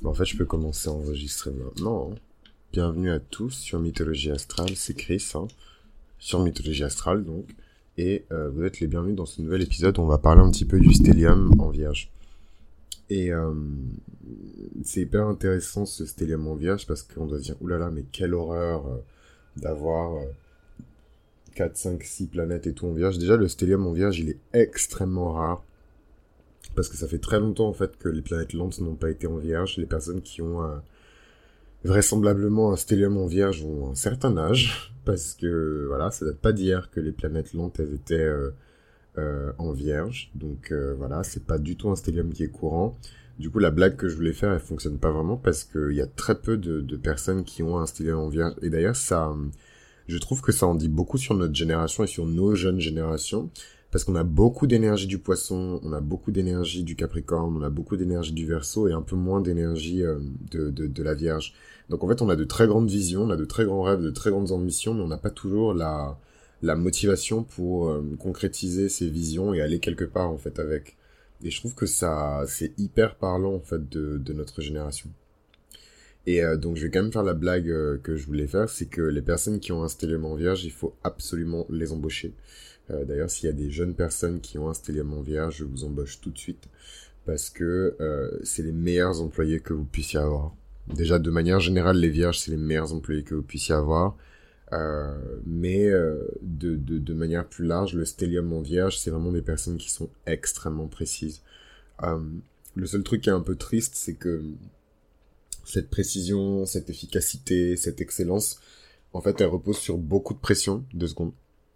En fait, je peux commencer à enregistrer maintenant, hein. Bienvenue à tous sur Mythologie Astrale, c'est Chris, hein, sur Mythologie Astrale donc. Et vous êtes les bienvenus dans ce nouvel épisode où on va parler un petit peu du stellium en Vierge. Et c'est hyper intéressant ce stellium en Vierge parce qu'on doit se dire, oulala, mais quelle horreur d'avoir 4, 5, 6 planètes et tout en Vierge. Déjà, le stellium en Vierge, il est extrêmement rare. Parce que ça fait très longtemps en fait que les planètes lentes n'ont pas été en Vierge. Les personnes qui ont vraisemblablement un stellium en Vierge ont un certain âge, parce que voilà, ça date pas d'hier que les planètes lentes elles étaient en Vierge. Donc voilà, c'est pas du tout un stellium qui est courant. Du coup, la blague que je voulais faire, elle fonctionne pas vraiment parce qu'il y a très peu de personnes qui ont un stellium en Vierge. Et d'ailleurs, je trouve que ça en dit beaucoup sur notre génération et sur nos jeunes générations. Parce qu'on a beaucoup d'énergie du Poisson, on a beaucoup d'énergie du Capricorne, on a beaucoup d'énergie du Verseau et un peu moins d'énergie de la Vierge. Donc en fait, on a de très grandes visions, on a de très grands rêves, de très grandes ambitions, mais on n'a pas toujours la motivation pour concrétiser ces visions et aller quelque part en fait avec. Et je trouve que ça, c'est hyper parlant en fait de notre génération. Et donc je vais quand même faire la blague que je voulais faire, c'est que les personnes qui ont un stellium en Vierge, il faut absolument les embaucher. D'ailleurs, s'il y a des jeunes personnes qui ont un stellium en Vierge, je vous embauche tout de suite parce que c'est les meilleurs employés que vous puissiez avoir. Déjà, de manière générale, les Vierges, c'est les meilleurs employés que vous puissiez avoir. Mais de manière plus large, le stellium en Vierge, c'est vraiment des personnes qui sont extrêmement précises. Euh, le seul truc qui est un peu triste, c'est que cette précision, cette efficacité, cette excellence, en fait, elle repose sur beaucoup de pression. 2 secondes.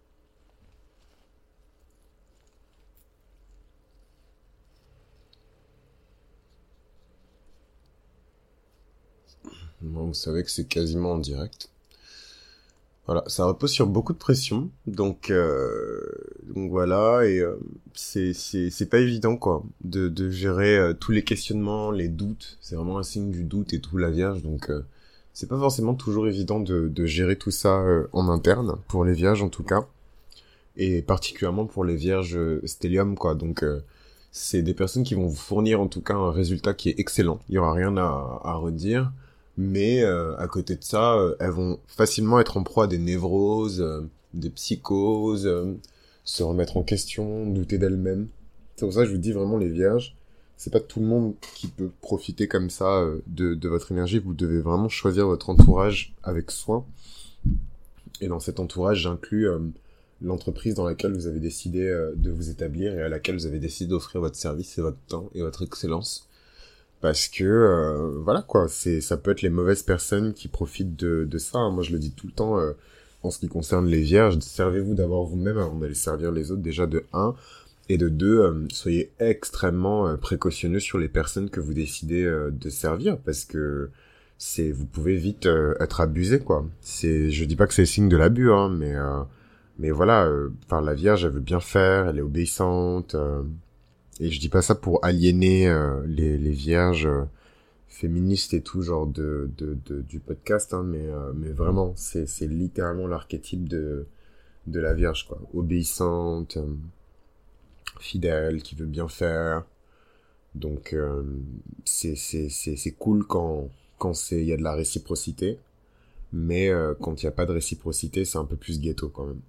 Bon, vous savez que c'est quasiment en direct. Voilà, ça repose sur beaucoup de pression, donc voilà, et c'est pas évident quoi, de gérer tous les questionnements, les doutes. C'est vraiment un signe du doute et tout la Vierge, donc c'est pas forcément toujours évident de gérer tout ça en interne pour les Vierges en tout cas, et particulièrement pour les Vierges stellium quoi. Donc c'est des personnes qui vont vous fournir en tout cas un résultat qui est excellent. Il y aura rien à redire. Mais à côté de ça, elles vont facilement être en proie à des névroses, des psychoses, se remettre en question, douter d'elles-mêmes. C'est pour ça que je vous dis vraiment les Vierges, c'est pas tout le monde qui peut profiter comme ça de votre énergie. Vous devez vraiment choisir votre entourage avec soin. Et dans cet entourage, j'inclus l'entreprise dans laquelle vous avez décidé de vous établir et à laquelle vous avez décidé d'offrir votre service et votre temps et votre excellence. Parce que voilà quoi, ça peut être les mauvaises personnes qui profitent de ça, hein. Moi je le dis tout le temps en ce qui concerne les Vierges, servez-vous d'abord vous-même avant d'aller servir les autres, déjà de 1, et de 2, soyez extrêmement précautionneux sur les personnes que vous décidez de servir, parce que vous pouvez vite être abusé quoi. Je dis pas que c'est le signe de l'abus, hein, mais voilà, enfin la Vierge elle veut bien faire, elle est obéissante. Et je dis pas ça pour aliéner les vierges féministes et tout genre du podcast, hein, mais vraiment c'est littéralement l'archétype de la vierge quoi, obéissante, fidèle, qui veut bien faire. Donc c'est cool quand il y a de la réciprocité, mais quand il y a pas de réciprocité, c'est un peu plus ghetto quand même.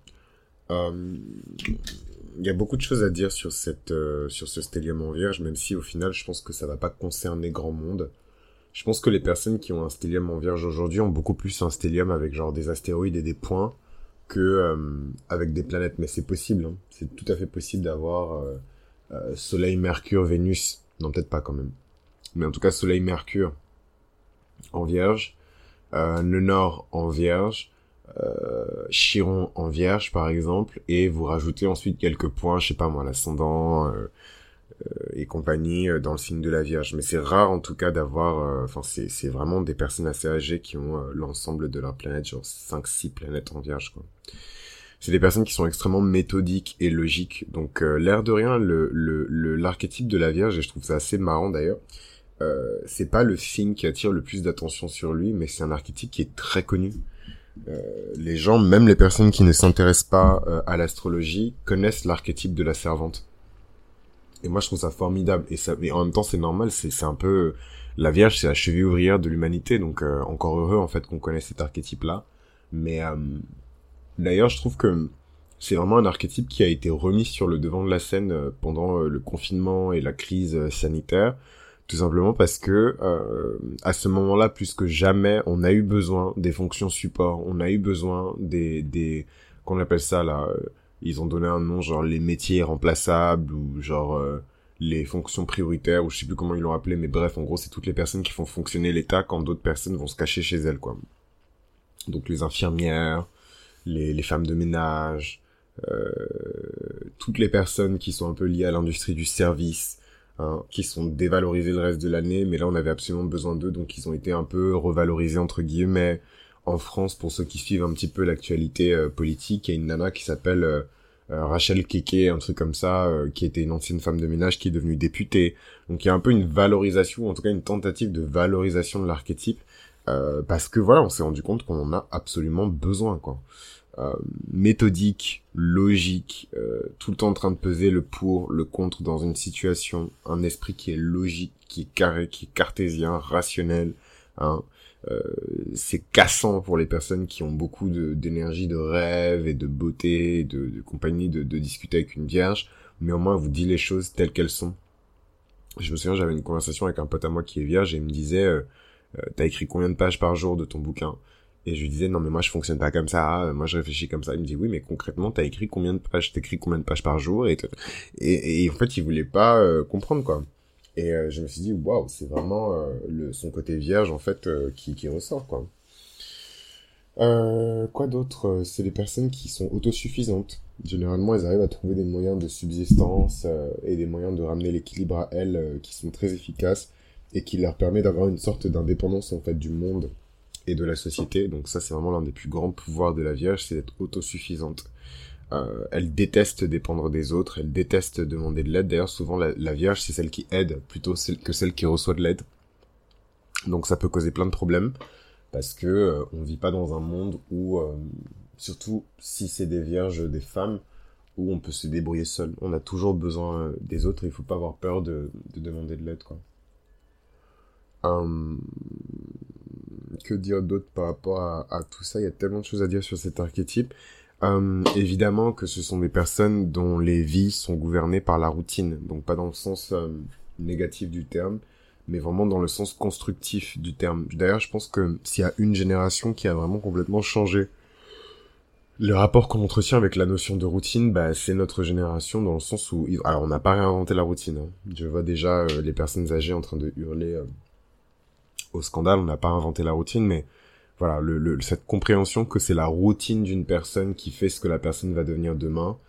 Il y a beaucoup de choses à dire sur sur ce stellium en Vierge, même si au final je pense que ça va pas concerner grand monde. Je pense que les personnes qui ont un stellium en Vierge aujourd'hui ont beaucoup plus un stellium avec genre des astéroïdes et des points que avec des planètes. Mais c'est possible, hein. C'est tout à fait possible d'avoir Soleil, Mercure, Vénus. Non, peut-être pas quand même. Mais en tout cas Soleil, Mercure en Vierge, le Nord en Vierge, Chiron en Vierge par exemple, et vous rajoutez ensuite quelques points, je sais pas moi, l'ascendant et compagnie dans le signe de la Vierge. Mais c'est rare en tout cas d'avoir, enfin c'est vraiment des personnes assez âgées qui ont l'ensemble de leur planète, genre 5-6 planètes en Vierge quoi. C'est des personnes qui sont extrêmement méthodiques et logiques. Donc l'air de rien, l'archétype de la Vierge, et je trouve ça assez marrant d'ailleurs, c'est pas le signe qui attire le plus d'attention sur lui, mais c'est un archétype qui est très connu. Les gens, même les personnes qui ne s'intéressent pas à l'astrologie, connaissent l'archétype de la servante. Et moi, je trouve ça formidable. Mais en même temps, c'est normal. C'est un peu la Vierge, c'est la cheville ouvrière de l'humanité. Donc, encore heureux en fait qu'on connaisse cet archétype-là. Mais d'ailleurs, je trouve que c'est vraiment un archétype qui a été remis sur le devant de la scène pendant le confinement et la crise sanitaire. Tout simplement parce que à ce moment-là, plus que jamais, on a eu besoin des fonctions support. On a eu besoin qu'on appelle ça là. Ils ont donné un nom, genre les métiers irremplaçables ou genre les fonctions prioritaires ou je sais plus comment ils l'ont appelé, mais bref, en gros, c'est toutes les personnes qui font fonctionner l'État quand d'autres personnes vont se cacher chez elles, quoi. Donc les infirmières, les femmes de ménage, euh, toutes les personnes qui sont un peu liées à l'industrie du service, hein, qui sont dévalorisées le reste de l'année, mais là on avait absolument besoin d'eux, donc ils ont été un peu revalorisés entre guillemets. En France, pour ceux qui suivent un petit peu l'actualité politique, il y a une nana qui s'appelle Rachel Keke, un truc comme ça, qui était une ancienne femme de ménage qui est devenue députée. Donc il y a un peu une valorisation, en tout cas une tentative de valorisation de l'archétype, parce que voilà, on s'est rendu compte qu'on en a absolument besoin, quoi. Méthodique, logique, tout le temps en train de peser le pour, le contre dans une situation, un esprit qui est logique, qui est carré, qui est cartésien, rationnel, hein. C'est cassant pour les personnes qui ont beaucoup d'énergie, de rêve et de beauté, de compagnie, de discuter avec une vierge, mais au moins elle vous dit les choses telles qu'elles sont. Je me souviens, j'avais une conversation avec un pote à moi qui est vierge et il me disait t'as écrit combien de pages par jour de ton bouquin? Et je lui disais non mais moi je fonctionne pas comme ça, moi je réfléchis comme ça. Il me dit oui mais concrètement t'as écrit combien de pages? T'écris combien de pages par jour? Et en fait il voulait pas comprendre quoi. Et je me suis dit waouh, c'est vraiment son côté vierge en fait qui ressort quoi. Quoi d'autre? C'est les personnes qui sont autosuffisantes. Généralement, elles arrivent à trouver des moyens de subsistance et des moyens de ramener l'équilibre à elles qui sont très efficaces et qui leur permet d'avoir une sorte d'indépendance en fait du monde et de la société. Donc ça, c'est vraiment l'un des plus grands pouvoirs de la Vierge, c'est d'être autosuffisante. Elle déteste dépendre des autres, elle déteste demander de l'aide. D'ailleurs, souvent, la Vierge, c'est celle qui aide plutôt que celle qui reçoit de l'aide. Donc ça peut causer plein de problèmes parce que on vit pas dans un monde où, surtout si c'est des vierges, des femmes, où on peut se débrouiller seul. On a toujours besoin des autres, il faut pas avoir peur de demander de l'aide, quoi. Hum, que dire d'autre par rapport à tout ça? Il y a tellement de choses à dire sur cet archétype. Évidemment que ce sont des personnes dont les vies sont gouvernées par la routine, donc pas dans le sens négatif du terme, mais vraiment dans le sens constructif du terme. D'ailleurs, je pense que s'il y a une génération qui a vraiment complètement changé le rapport qu'on entretient avec la notion de routine, bah, c'est notre génération dans le sens où... Alors, on n'a pas réinventé la routine, hein. Je vois déjà les personnes âgées en train de hurler au scandale, on n'a pas inventé la routine, mais voilà, cette compréhension que c'est la routine d'une personne qui fait ce que la personne va devenir demain,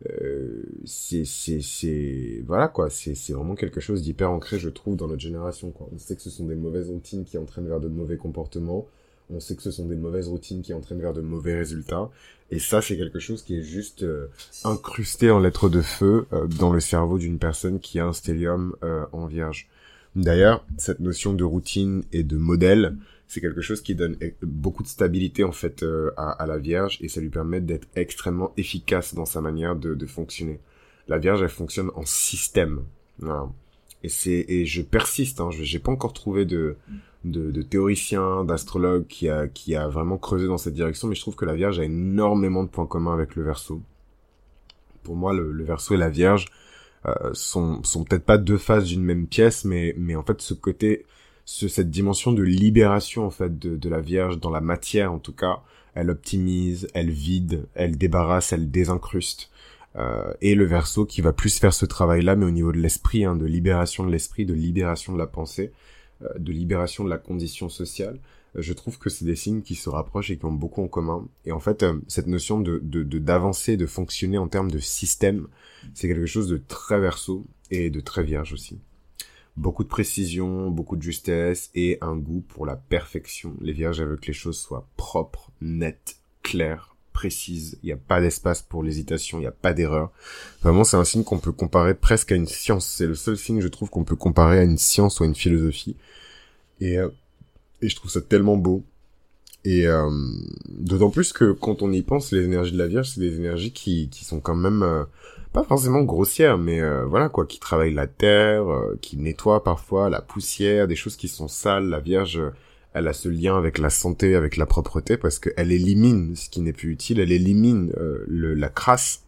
voilà quoi, c'est vraiment quelque chose d'hyper ancré, je trouve, dans notre génération, quoi. On sait que ce sont des mauvaises routines qui entraînent vers de mauvais comportements, on sait que ce sont des mauvaises routines qui entraînent vers de mauvais résultats, et ça, c'est quelque chose qui est juste incrusté en lettres de feu dans le cerveau d'une personne qui a un stellium en vierge. D'ailleurs, cette notion de routine et de modèle, c'est quelque chose qui donne beaucoup de stabilité en fait à la Vierge et ça lui permet d'être extrêmement efficace dans sa manière de fonctionner. La Vierge, elle fonctionne en système. Voilà. Et je persiste, hein, j'ai pas encore trouvé de théoricien, d'astrologue qui a vraiment creusé dans cette direction, mais je trouve que la Vierge a énormément de points communs avec le Verseau. Pour moi, le Verseau et la Vierge sont peut-être pas deux faces d'une même pièce, mais en fait ce côté, cette dimension de libération en fait de la Vierge dans la matière en tout cas, elle optimise, elle vide, elle débarrasse, elle désincruste. Et le Verseau qui va plus faire ce travail-là, mais au niveau de l'esprit, hein, de libération de l'esprit, de libération de la pensée, de libération de la condition sociale. Je trouve que c'est des signes qui se rapprochent et qui ont beaucoup en commun. Et en fait, cette notion d'avancer, de fonctionner en termes de système, c'est quelque chose de très Verseau et de très Vierge aussi. Beaucoup de précision, beaucoup de justesse et un goût pour la perfection. Les Vierges veulent que les choses soient propres, nettes, claires, précises. Il n'y a pas d'espace pour l'hésitation, il n'y a pas d'erreur. Vraiment, c'est un signe qu'on peut comparer presque à une science. C'est le seul signe, je trouve, qu'on peut comparer à une science ou à une philosophie. Et je trouve ça tellement beau. Et d'autant plus que quand on y pense, les énergies de la Vierge, c'est des énergies qui sont quand même pas forcément grossières, mais voilà quoi, qui travaillent la terre, qui nettoient parfois la poussière, des choses qui sont sales. La Vierge, elle a ce lien avec la santé, avec la propreté, parce qu'elle élimine ce qui n'est plus utile, elle élimine la crasse.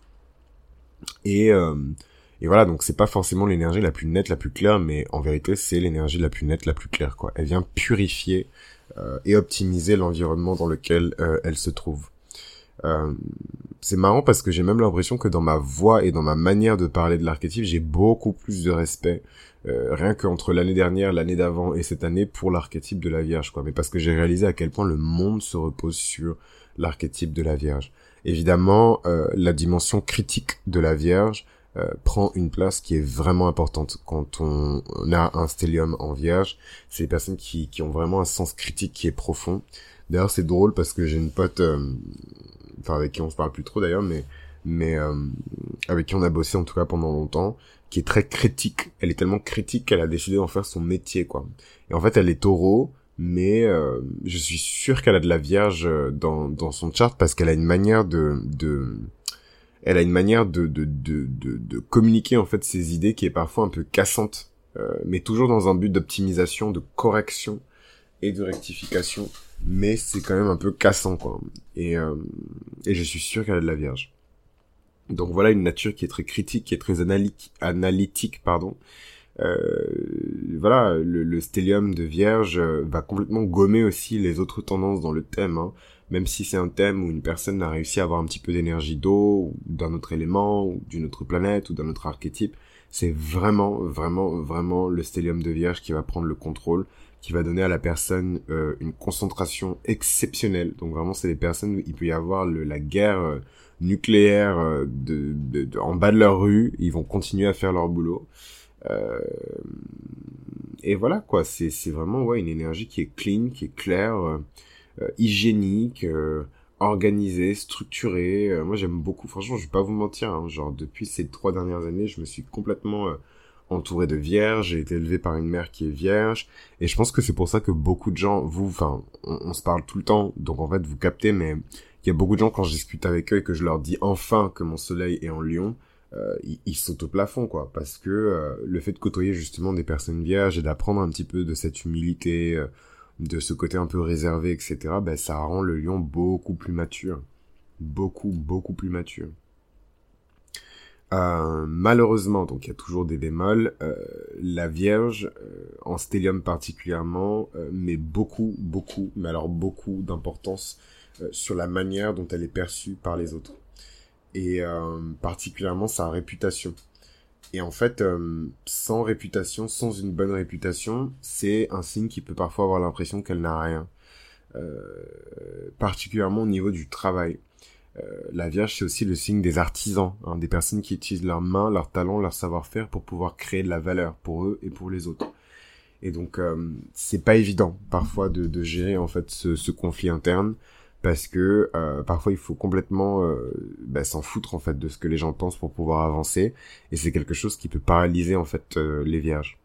Et voilà, donc c'est pas forcément l'énergie la plus nette, la plus claire, mais en vérité, c'est l'énergie la plus nette, la plus claire, quoi. Elle vient purifier et optimiser l'environnement dans lequel elle se trouve. C'est marrant parce que j'ai même l'impression que dans ma voix et dans ma manière de parler de l'archétype, j'ai beaucoup plus de respect, rien qu'entre l'année dernière, l'année d'avant et cette année pour l'archétype de la Vierge, quoi. Mais parce que j'ai réalisé à quel point le monde se repose sur l'archétype de la Vierge. Évidemment, la dimension critique de la Vierge prend une place qui est vraiment importante quand on a un stellium en Vierge. C'est des personnes qui ont vraiment un sens critique qui est profond. D'ailleurs, c'est drôle parce que j'ai une pote, enfin avec qui on se parle plus trop d'ailleurs, mais avec qui on a bossé en tout cas pendant longtemps, qui est très critique. Elle est tellement critique qu'elle a décidé d'en faire son métier, quoi. Et en fait, elle est taureau, mais je suis sûr qu'elle a de la Vierge dans son chart parce qu'elle a une manière elle a une manière de communiquer en fait ses idées qui est parfois un peu cassante, mais toujours dans un but d'optimisation, de correction et de rectification, mais c'est quand même un peu cassant, quoi. Et je suis sûr qu'elle a de la Vierge. Donc voilà une nature qui est très critique, qui est très analytique, pardon. Voilà, le stellium de Vierge va complètement gommer aussi les autres tendances dans le thème, hein. Même si c'est un thème où une personne a réussi à avoir un petit peu d'énergie d'eau, ou d'un autre élément, ou d'une autre planète, ou d'un autre archétype, c'est vraiment, vraiment, vraiment le stellium de Vierge qui va prendre le contrôle, qui va donner à la personne une concentration exceptionnelle. Donc vraiment, c'est des personnes où il peut y avoir la guerre nucléaire en bas de leur rue, ils vont continuer à faire leur boulot. Et voilà quoi, c'est vraiment ouais une énergie qui est clean, qui est claire, hygiénique, organisée, structurée. Moi j'aime beaucoup, franchement je vais pas vous mentir, hein, genre depuis ces 3 dernières années je me suis complètement entouré de vierges, j'ai été élevé par une mère qui est vierge, et je pense que c'est pour ça que beaucoup de gens, on se parle tout le temps, donc en fait vous captez, mais il y a beaucoup de gens quand je discute avec eux et que je leur dis enfin que mon soleil est en Lion, ils sautent au plafond, quoi, parce que le fait de côtoyer justement des personnes vierges et d'apprendre un petit peu de cette humilité, de ce côté un peu réservé, etc., ben ça rend le Lion beaucoup plus mature, beaucoup beaucoup plus mature. Malheureusement, donc il y a toujours des bémols, la Vierge, en stellium particulièrement, met beaucoup, beaucoup, mais alors beaucoup d'importance sur la manière dont elle est perçue par les autres. Et particulièrement sa réputation. Et en fait, sans réputation, sans une bonne réputation, c'est un signe qui peut parfois avoir l'impression qu'elle n'a rien. Particulièrement au niveau du travail. La Vierge, c'est aussi le signe des artisans, hein, des personnes qui utilisent leurs mains, leurs talents, leur savoir-faire pour pouvoir créer de la valeur pour eux et pour les autres. Et donc, c'est pas évident parfois de gérer en fait ce conflit interne, parce que parfois il faut complètement s'en foutre en fait de ce que les gens pensent pour pouvoir avancer, et c'est quelque chose qui peut paralyser en fait les Vierges.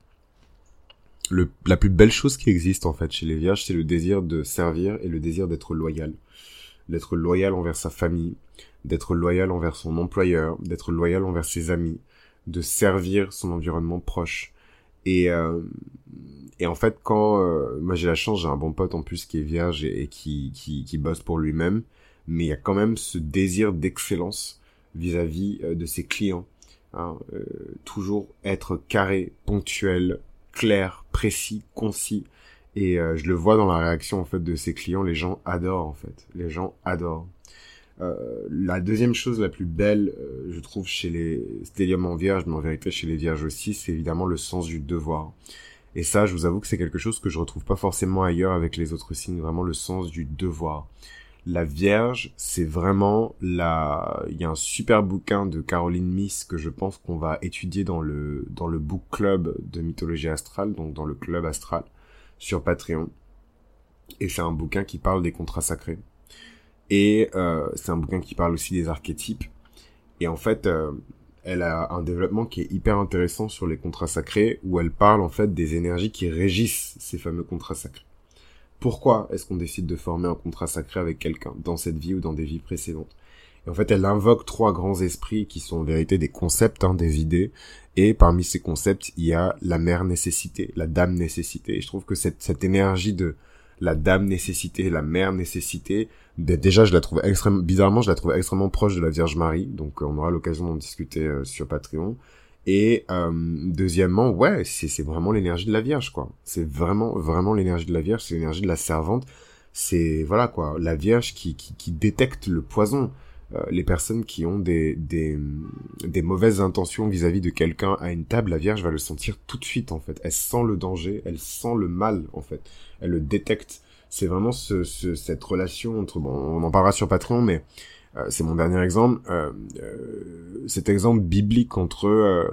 La plus belle chose qui existe en fait chez les Vierges, c'est le désir de servir et le désir d'être loyal. D'être loyal envers sa famille, d'être loyal envers son employeur, d'être loyal envers ses amis, de servir son environnement proche. Et en fait, quand moi j'ai la chance, j'ai un bon pote en plus qui est vierge et qui bosse pour lui-même, mais il y a quand même ce désir d'excellence vis-à-vis de ses clients, hein, toujours être carré, ponctuel, clair, précis, concis. Et je le vois dans la réaction en fait de ses clients, les gens adorent en fait, les gens adorent. La deuxième chose la plus belle, je trouve, chez les stellium en vierge, mais en vérité chez les vierges aussi, c'est évidemment le sens du devoir. Et ça, je vous avoue que c'est quelque chose que je retrouve pas forcément ailleurs avec les autres signes, vraiment le sens du devoir. La Vierge, c'est vraiment il y a un super bouquin de Caroline Myss que je pense qu'on va étudier dans le book club de mythologie astrale, donc dans le club astral, sur Patreon. Et c'est un bouquin qui parle des contrats sacrés. Et c'est un bouquin qui parle aussi des archétypes. Et en fait, elle a un développement qui est hyper intéressant sur les contrats sacrés, où elle parle en fait des énergies qui régissent ces fameux contrats sacrés. pourquoi est-ce qu'on décide de former un contrat sacré avec quelqu'un dans cette vie ou dans des vies précédentes. Et en fait, elle invoque 3 grands esprits qui sont en vérité des concepts, des idées. Et parmi ces concepts, il y a la mère nécessité, la dame nécessité. Et je trouve que cette énergie de la dame nécessité, la mère nécessité, déjà, bizarrement, je la trouve extrêmement proche de la Vierge Marie. Donc, on aura l'occasion d'en discuter sur Patreon. Et deuxièmement, ouais, c'est vraiment l'énergie de la Vierge, quoi. C'est vraiment l'énergie de la Vierge, c'est l'énergie de la servante. C'est, voilà, quoi, la Vierge qui détecte le poison. Les personnes qui ont des mauvaises intentions vis-à-vis de quelqu'un à une table, la Vierge va le sentir tout de suite, en fait. Elle sent le danger, elle sent le mal, en fait. Elle le détecte. C'est vraiment cette relation entre... Bon, on en parlera sur Patreon, mais c'est mon dernier exemple. Cet exemple biblique entre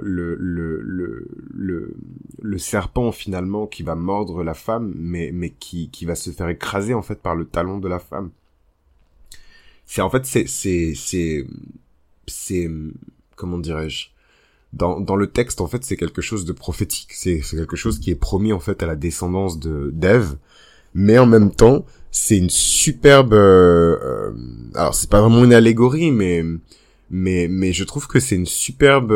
le serpent, finalement, qui va mordre la femme, mais qui va se faire écraser, en fait, par le talon de la femme. C'est comment dirais-je, dans le texte, en fait, c'est quelque chose de prophétique, c'est quelque chose qui est promis, en fait, à la descendance d'Ève, mais en même temps, c'est une superbe, alors c'est pas vraiment une allégorie, mais je trouve que c'est une superbe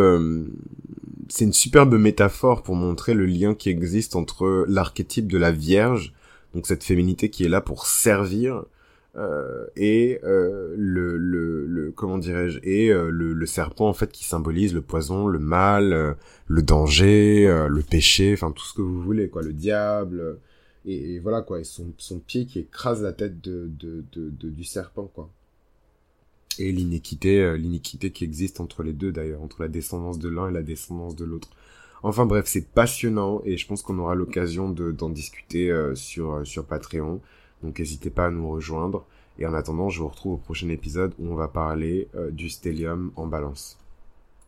métaphore pour montrer le lien qui existe entre l'archétype de la Vierge, donc cette féminité qui est là pour servir, et comment dirais-je, et le serpent, en fait, qui symbolise le poison, le mal, le danger, le péché, enfin tout ce que vous voulez, quoi, le diable, et voilà, quoi, et son pied qui écrase la tête du serpent, quoi. Et l'iniquité qui existe entre les deux, d'ailleurs, entre la descendance de l'un et la descendance de l'autre. Enfin bref, c'est passionnant, et je pense qu'on aura l'occasion d'en discuter sur Patreon. Donc n'hésitez pas à nous rejoindre. Et en attendant, je vous retrouve au prochain épisode où on va parler du stellium en balance.